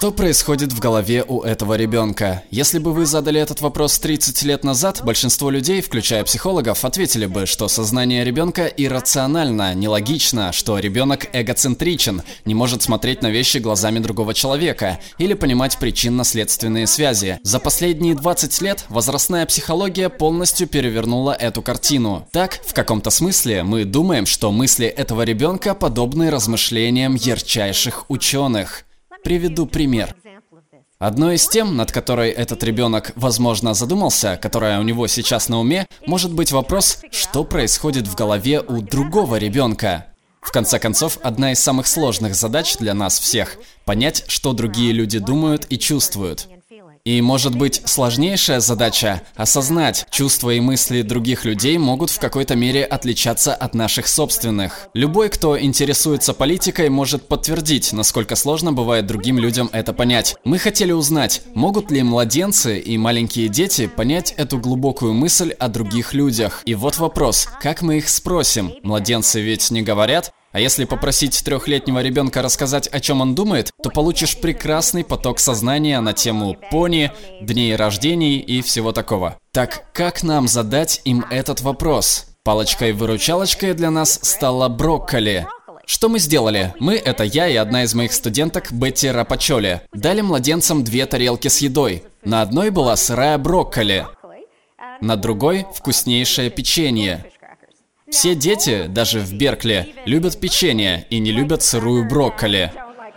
Что происходит в голове у этого ребенка? Если бы вы задали этот вопрос 30 лет назад, большинство людей, включая психологов, ответили бы, что сознание ребенка иррационально, нелогично, что ребенок эгоцентричен, не может смотреть на вещи глазами другого человека или понимать причинно-следственные связи. За последние 20 лет возрастная психология полностью перевернула эту картину. Так, в каком-то смысле, мы думаем, что мысли этого ребенка подобны размышлениям ярчайших ученых. Приведу пример. Одной из тем, над которой этот ребенок, возможно, задумался, которая у него сейчас на уме, может быть вопрос, что происходит в голове у другого ребенка. В конце концов, одна из самых сложных задач для нас всех – понять, что другие люди думают и чувствуют. И, может быть, сложнейшая задача – осознать, чувства и мысли других людей могут в какой-то мере отличаться от наших собственных. Любой, кто интересуется политикой, может подтвердить, насколько сложно бывает другим людям это понять. Мы хотели узнать, могут ли младенцы и маленькие дети понять эту глубокую мысль о других людях. И вот вопрос, как мы их спросим? Младенцы ведь не говорят? А если попросить 3-летнего ребенка рассказать, о чем он думает, то получишь прекрасный поток сознания на тему пони, дней рождений и всего такого. Так как нам задать им этот вопрос? Палочкой-выручалочкой для нас стала брокколи. Что мы сделали? Мы, это я и одна из моих студенток, Бетти Рапачоли, дали младенцам 2 тарелки с едой. На одной была сырая брокколи, на другой – вкуснейшее печенье. Все дети, даже в Беркли, любят печенье и не любят сырую брокколи.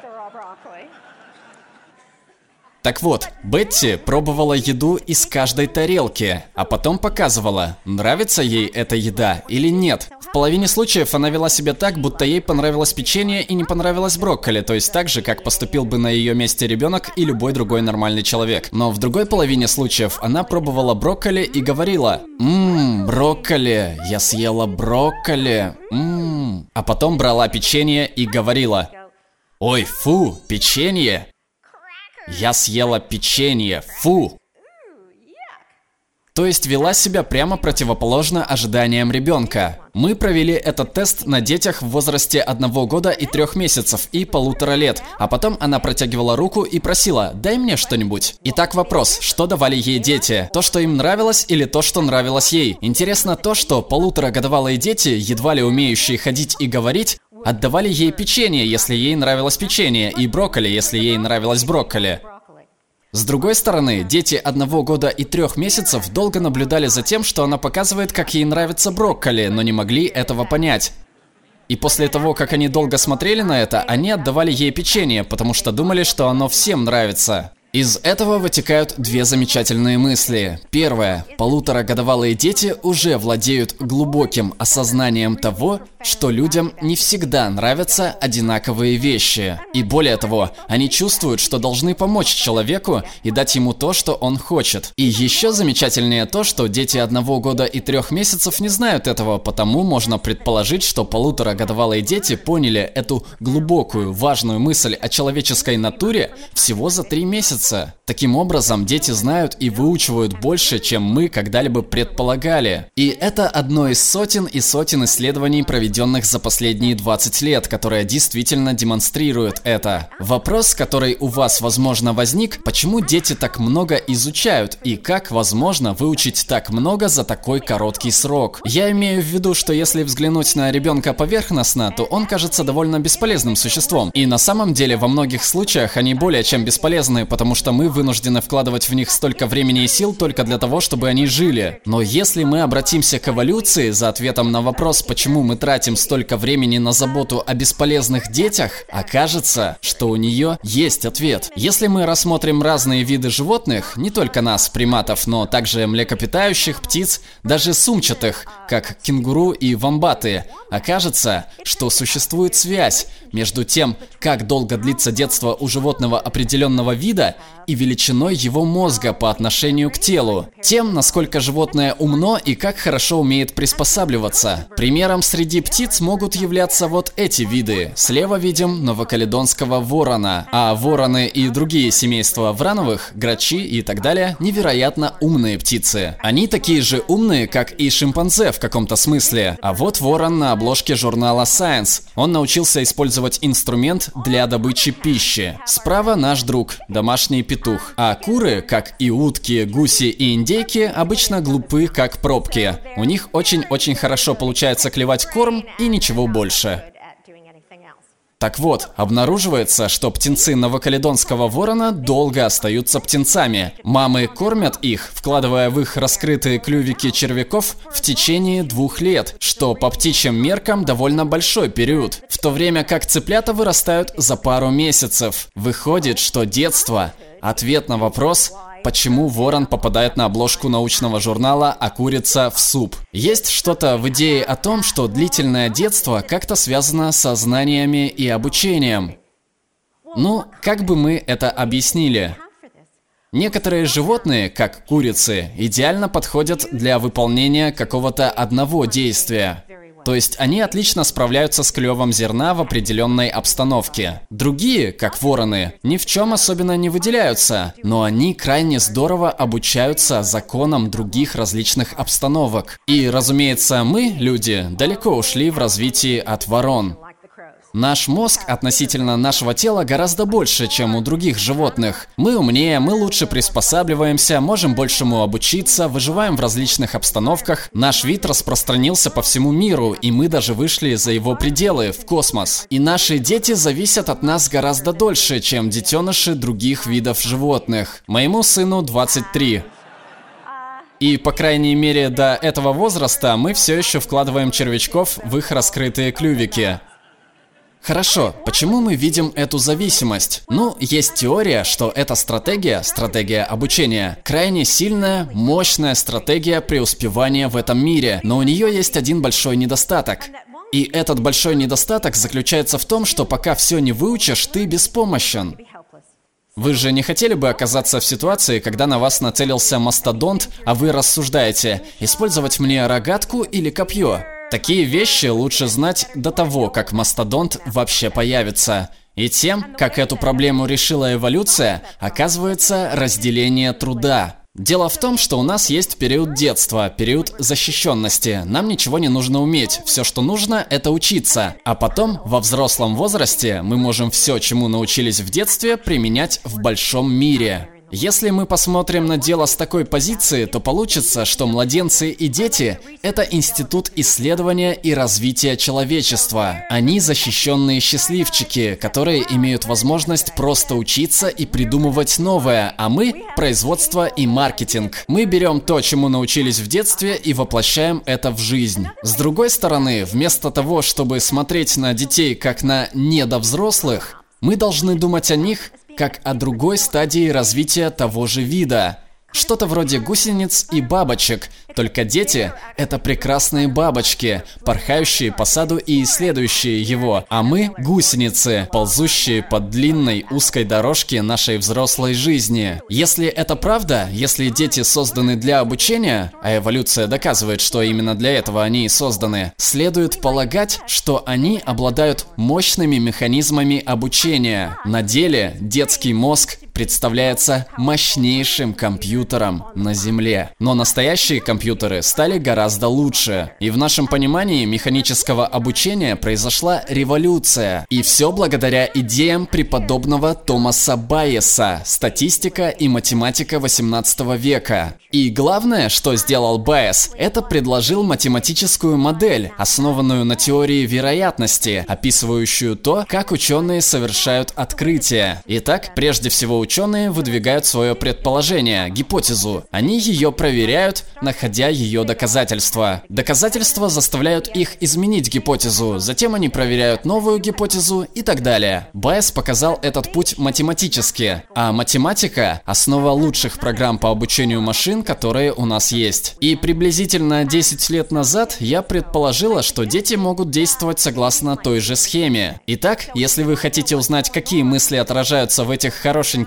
Так вот, Бетти пробовала еду из каждой тарелки, а потом показывала, нравится ей эта еда или нет. В половине случаев она вела себя так, будто ей понравилось печенье и не понравилось брокколи, то есть так же, как поступил бы на ее месте ребенок и любой другой нормальный человек. Но в другой половине случаев она пробовала брокколи и говорила: брокколи, я съела брокколи, А потом брала печенье и говорила: ой, фу, печенье. Я съела печенье, фу! То есть вела себя прямо противоположно ожиданиям ребенка. Мы провели этот тест на детях в возрасте 1 года и 3 месяцев и 1,5 лет, а потом она протягивала руку и просила: дай мне что-нибудь. Итак, вопрос, что давали ей дети? То, что им нравилось, или то, что нравилось ей? Интересно то, что 1,5-годовалые дети, едва ли умеющие ходить и говорить, отдавали ей печенье, если ей нравилось печенье, и брокколи, если ей нравилось брокколи. С другой стороны, дети 1 года и 3 месяцев долго наблюдали за тем, что она показывает, как ей нравится брокколи, но не могли этого понять. И после того, как они долго смотрели на это, они отдавали ей печенье, потому что думали, что оно всем нравится. Из этого вытекают 2 замечательные мысли. Первое. 1,5-годовалые дети уже владеют глубоким осознанием того, что людям не всегда нравятся одинаковые вещи. И более того, они чувствуют, что должны помочь человеку и дать ему то, что он хочет. И еще замечательнее то, что дети 1 года и 3 месяцев не знают этого, потому можно предположить, что 1,5-годовалые дети поняли эту глубокую, важную мысль о человеческой натуре всего за 3 месяца. Таким образом, дети знают и выучивают больше, чем мы когда-либо предполагали. И это одно из сотен и сотен исследований, проведенных за последние 20 лет, которое действительно демонстрирует это. Вопрос, который у вас, возможно, возник: почему дети так много изучают и как возможно выучить так много за такой короткий срок? Я имею в виду, что если взглянуть на ребенка поверхностно, то он кажется довольно бесполезным существом. И на самом деле во многих случаях они более чем бесполезны, потому что мы вынуждены вкладывать в них столько времени и сил только для того, чтобы они жили. Но если мы обратимся к эволюции за ответом на вопрос, почему мы тратим столько времени на заботу о бесполезных детях, окажется, что у нее есть ответ. Если мы рассмотрим разные виды животных, не только нас, приматов, но также млекопитающих, птиц, даже сумчатых, как кенгуру и вомбаты, окажется, что существует связь между тем, как долго длится детство у животного определенного вида, и величиной его мозга по отношению к телу, тем, насколько животное умно и как хорошо умеет приспосабливаться. Примером среди птиц могут являться вот эти виды. Слева видим новокаледонского ворона, а вороны и другие семейства врановых, грачи и так далее невероятно умные птицы. Они такие же умные, как и шимпанзе в каком-то смысле. А вот ворон на обложке журнала Science. Он научился использовать инструмент для добычи пищи. Справа наш друг, домашний петух. А куры, как и утки, гуси и индейки, обычно глупы, как пробки. У них очень-очень хорошо получается клевать корм и ничего больше. Так вот, обнаруживается, что птенцы новокаледонского ворона долго остаются птенцами. Мамы кормят их, вкладывая в их раскрытые клювики червяков в течение 2 лет, что по птичьим меркам довольно большой период, в то время как цыплята вырастают за пару месяцев. Выходит, что детство – ответ на вопрос, почему ворон попадает на обложку научного журнала, а курица в суп. Есть что-то в идее о том, что длительное детство как-то связано со знаниями и обучением. Ну, как бы мы это объяснили? Некоторые животные, как курицы, идеально подходят для выполнения какого-то одного действия. То есть они отлично справляются с клевом зерна в определенной обстановке. Другие, как вороны, ни в чем особенно не выделяются, но они крайне здорово обучаются законам других различных обстановок. И, разумеется, мы, люди, далеко ушли в развитии от ворон. Наш мозг относительно нашего тела гораздо больше, чем у других животных. Мы умнее, мы лучше приспосабливаемся, можем большему обучиться, выживаем в различных обстановках. Наш вид распространился по всему миру, и мы даже вышли за его пределы, в космос. И наши дети зависят от нас гораздо дольше, чем детеныши других видов животных. Моему сыну 23. И, по крайней мере, до этого возраста мы все еще вкладываем червячков в их раскрытые клювики. Хорошо, почему мы видим эту зависимость? Ну, есть теория, что эта стратегия обучения, крайне сильная, мощная стратегия преуспевания в этом мире, но у нее есть один большой недостаток. И этот большой недостаток заключается в том, что пока все не выучишь, ты беспомощен. Вы же не хотели бы оказаться в ситуации, когда на вас нацелился мастодонт, а вы рассуждаете, использовать мне рогатку или копье? Такие вещи лучше знать до того, как мастодонт вообще появится. И тем, как эту проблему решила эволюция, оказывается разделение труда. Дело в том, что у нас есть период детства, период защищенности. Нам ничего не нужно уметь, все, что нужно, это учиться. А потом, во взрослом возрасте, мы можем все, чему научились в детстве, применять в большом мире. Если мы посмотрим на дело с такой позиции, то получится, что младенцы и дети – это институт исследования и развития человечества. Они защищенные счастливчики, которые имеют возможность просто учиться и придумывать новое, а мы – производство и маркетинг. Мы берем то, чему научились в детстве, и воплощаем это в жизнь. С другой стороны, вместо того, чтобы смотреть на детей как на недовзрослых, мы должны думать о них как о другой стадии развития того же вида. Что-то вроде гусениц и бабочек, только дети – это прекрасные бабочки, порхающие по саду и исследующие его, а мы – гусеницы, ползущие по длинной узкой дорожке нашей взрослой жизни. Если это правда, если дети созданы для обучения, а эволюция доказывает, что именно для этого они и созданы, следует полагать, что они обладают мощными механизмами обучения. На деле детский мозг представляется мощнейшим компьютером на Земле. Но настоящие компьютеры стали гораздо лучше. И в нашем понимании механического обучения произошла революция. И все благодаря идеям преподобного Томаса Байеса, статистика и математика 18 века. И главное, что сделал Байес, это предложил математическую модель, основанную на теории вероятности, описывающую то, как ученые совершают открытия. Итак, прежде всего ученые выдвигают свое предположение, гипотезу. Они ее проверяют, находя ее доказательства. Доказательства заставляют их изменить гипотезу, затем они проверяют новую гипотезу и так далее. Байес показал этот путь математически, а математика – основа лучших программ по обучению машин, которые у нас есть. И приблизительно 10 лет назад я предположила, что дети могут действовать согласно той же схеме. Итак, если вы хотите узнать, какие мысли отражаются в этих хорошеньких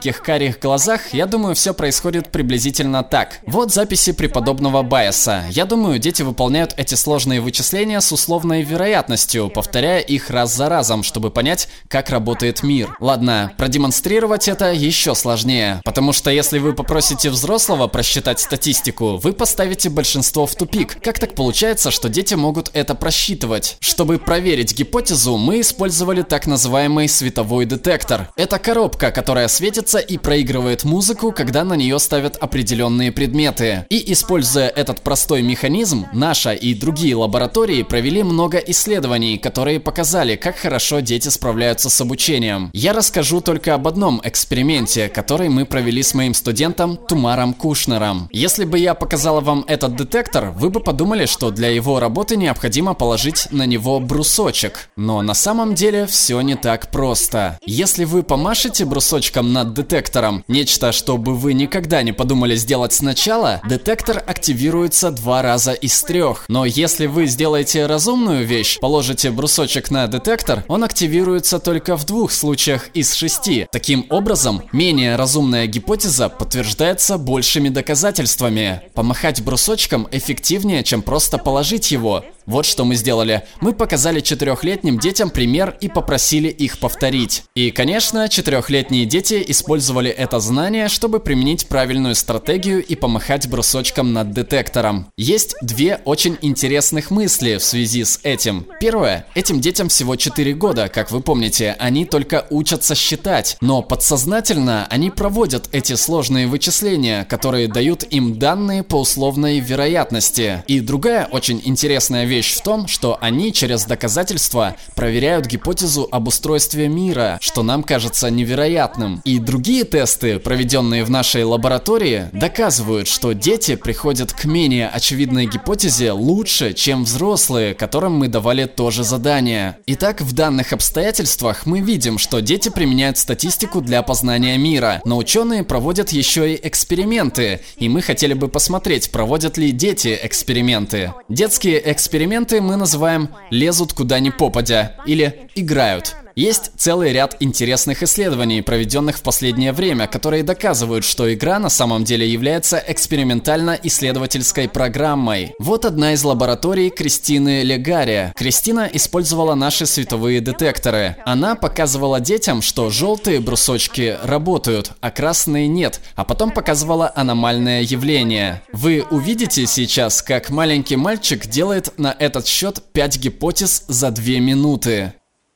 маленьких карих глазах, я думаю, все происходит приблизительно так. Вот записи преподобного Байеса. Я думаю, дети выполняют эти сложные вычисления с условной вероятностью, повторяя их раз за разом, чтобы понять, как работает мир. Ладно, продемонстрировать это еще сложнее, потому что если вы попросите взрослого просчитать статистику, вы поставите большинство в тупик. Как так получается, что дети могут это просчитывать? Чтобы проверить гипотезу, мы использовали так называемый световой детектор. Это коробка, которая светится и проигрывает музыку, когда на нее ставят определенные предметы. И используя этот простой механизм, наша и другие лаборатории провели много исследований, которые показали, как хорошо дети справляются с обучением. Я расскажу только об одном эксперименте, который мы провели с моим студентом Тумаром Кушнером. Если бы я показала вам этот детектор, вы бы подумали, что для его работы необходимо положить на него брусочек. Но на самом деле все не так просто. Если вы помашете брусочком над детектором, нечто, что бы вы никогда не подумали сделать сначала, детектор активируется 2 раза из 3. Но если вы сделаете разумную вещь, положите брусочек на детектор, он активируется только в 2 случаях из 6. Таким образом, менее разумная гипотеза подтверждается большими доказательствами. Помахать брусочком эффективнее, чем просто положить его. Вот что мы сделали. Мы показали 4-летним детям пример и попросили их повторить. И, конечно, 4-летние дети использовали это знание, чтобы применить правильную стратегию и помахать брусочком над детектором. Есть 2 очень интересных мысли в связи с этим. Первое. Этим детям всего 4 года, как вы помните, они только учатся считать. Но подсознательно они проводят эти сложные вычисления, которые дают им данные по условной вероятности. И другая очень интересная вещь в том, что они через доказательства проверяют гипотезу об устройстве мира, что нам кажется невероятным. И другие тесты, проведенные в нашей лаборатории, доказывают, что дети приходят к менее очевидной гипотезе лучше, чем взрослые, которым мы давали то же задание. Итак, в данных обстоятельствах мы видим, что дети применяют статистику для познания мира, но ученые проводят еще и эксперименты, и мы хотели бы посмотреть, проводят ли дети эксперименты. Детские эксперименты мы называем «лезут куда ни попадя» или «играют». Есть целый ряд интересных исследований, проведенных в последнее время, которые доказывают, что игра на самом деле является экспериментально-исследовательской программой. Вот одна из лабораторий Кристины Легари. Кристина использовала наши световые детекторы. Она показывала детям, что желтые брусочки работают, а красные нет, а потом показывала аномальное явление. Вы увидите сейчас, как маленький мальчик делает на этот счет 5 гипотез за 2 минуты.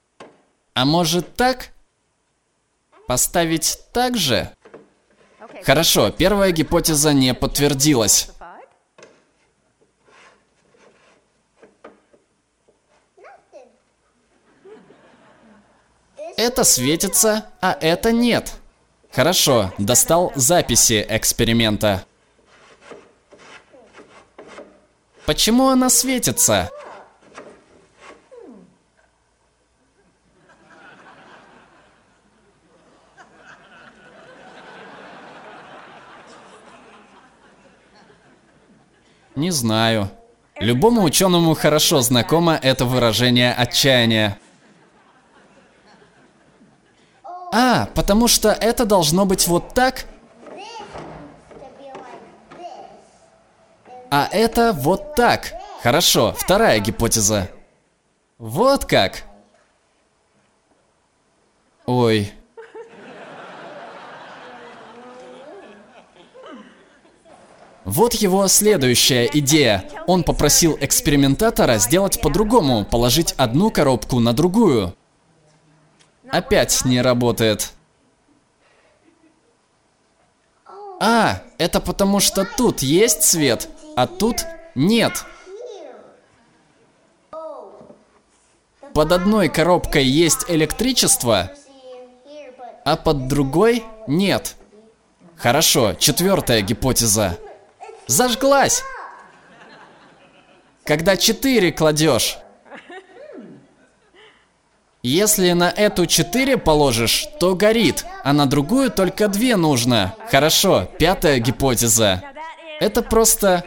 А может так? Поставить так же? Хорошо, первая гипотеза не подтвердилась. Это светится, а это нет. Хорошо, достал записи эксперимента. Почему она светится? Не знаю. Любому ученому хорошо знакомо это выражение отчаяния. А, потому что это должно быть вот так? А это вот так. Хорошо, вторая гипотеза. Вот как? Ой. Вот его следующая идея. Он попросил экспериментатора сделать по-другому, положить одну коробку на другую. Опять не работает. А, это потому что тут есть свет, а тут нет. Под одной коробкой есть электричество, а под другой нет. Хорошо, 4-я гипотеза. Зажглась! Когда 4 кладешь. Если на эту 4 положишь, то горит, а на другую только 2 нужно. Хорошо, 5-я гипотеза. Это просто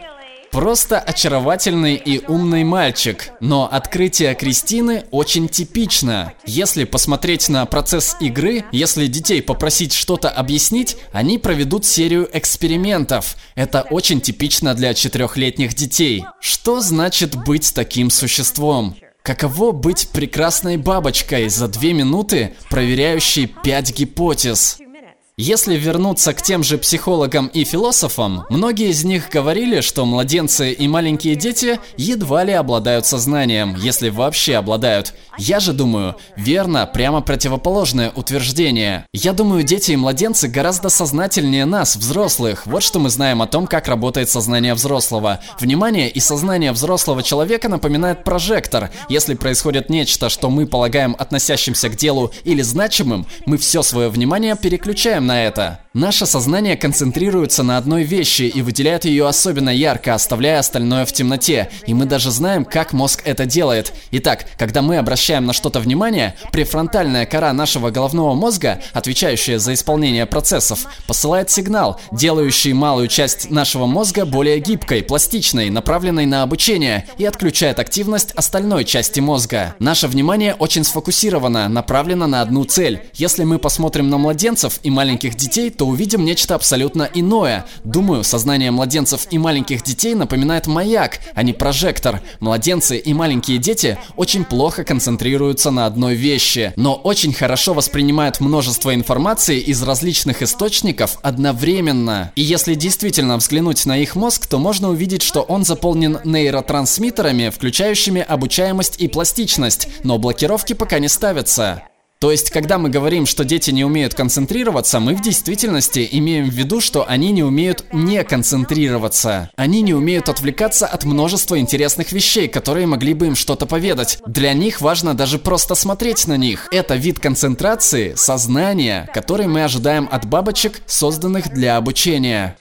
Просто очаровательный и умный мальчик. Но открытие Кристины очень типично. Если посмотреть на процесс игры, если детей попросить что-то объяснить, они проведут серию экспериментов. Это очень типично для 4-летних детей. Что значит быть таким существом? Каково быть прекрасной бабочкой за 2 минуты, проверяющей 5 гипотез? Если вернуться к тем же психологам и философам, многие из них говорили, что младенцы и маленькие дети едва ли обладают сознанием, если вообще обладают. Я же думаю, верно, прямо противоположное утверждение. Я думаю, дети и младенцы гораздо сознательнее нас, взрослых. Вот что мы знаем о том, как работает сознание взрослого. Внимание и сознание взрослого человека напоминает прожектор. Если происходит нечто, что мы полагаем относящимся к делу или значимым, мы все свое внимание переключаем на это. Наше сознание концентрируется на одной вещи и выделяет ее особенно ярко, оставляя остальное в темноте. И мы даже знаем, как мозг это делает. Итак, когда мы обращаем на что-то внимание, префронтальная кора нашего головного мозга, отвечающая за исполнение процессов, посылает сигнал, делающий малую часть нашего мозга более гибкой, пластичной, направленной на обучение, и отключает активность остальной части мозга. Наше внимание очень сфокусировано, направлено на одну цель. Если мы посмотрим на младенцев и маленьких детей, то увидим нечто абсолютно иное. Думаю, сознание младенцев и маленьких детей напоминает маяк, а не прожектор. Младенцы и маленькие дети очень плохо концентрируются на одной вещи, но очень хорошо воспринимают множество информации из различных источников одновременно. И если действительно взглянуть на их мозг, то можно увидеть, что он заполнен нейротрансмиттерами, включающими обучаемость и пластичность, но блокировки пока не ставятся. То есть, когда мы говорим, что дети не умеют концентрироваться, мы в действительности имеем в виду, что они не умеют не концентрироваться. Они не умеют отвлекаться от множества интересных вещей, которые могли бы им что-то поведать. Для них важно даже просто смотреть на них. Это вид концентрации, сознания, который мы ожидаем от бабочек, созданных для обучения.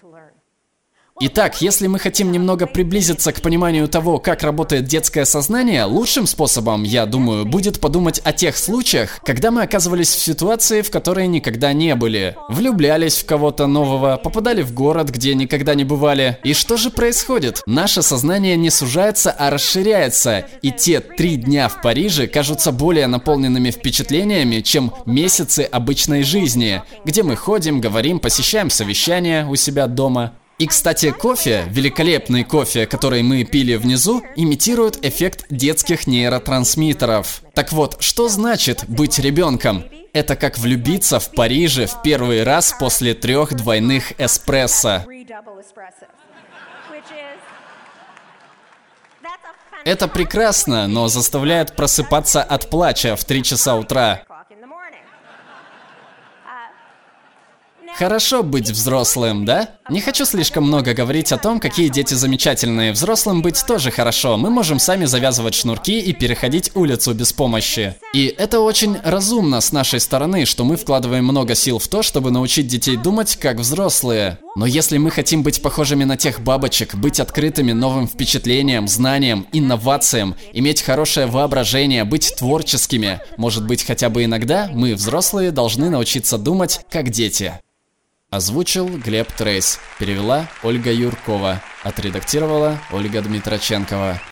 Итак, если мы хотим немного приблизиться к пониманию того, как работает детское сознание, лучшим способом, я думаю, будет подумать о тех случаях, когда мы оказывались в ситуации, в которой никогда не были. Влюблялись в кого-то нового, попадали в город, где никогда не бывали. И что же происходит? Наше сознание не сужается, а расширяется. И те 3 дня в Париже кажутся более наполненными впечатлениями, чем месяцы обычной жизни, где мы ходим, говорим, посещаем совещания у себя дома. И, кстати, кофе, великолепный кофе, который мы пили внизу, имитирует эффект детских нейротрансмиттеров. Так вот, что значит быть ребенком? Это как влюбиться в Париже в первый раз после 3 двойных эспрессо. Это прекрасно, но заставляет просыпаться от плача в 3 часа утра. Хорошо быть взрослым, да? Не хочу слишком много говорить о том, какие дети замечательные. Взрослым быть тоже хорошо. Мы можем сами завязывать шнурки и переходить улицу без помощи. И это очень разумно с нашей стороны, что мы вкладываем много сил в то, чтобы научить детей думать как взрослые. Но если мы хотим быть похожими на тех бабочек, быть открытыми новым впечатлениям, знаниям, инновациям, иметь хорошее воображение, быть творческими, может быть, хотя бы иногда мы, взрослые, должны научиться думать как дети. Озвучил Глеб Трейс. Перевела Ольга Юркова. Отредактировала Ольга Дмитроченкова.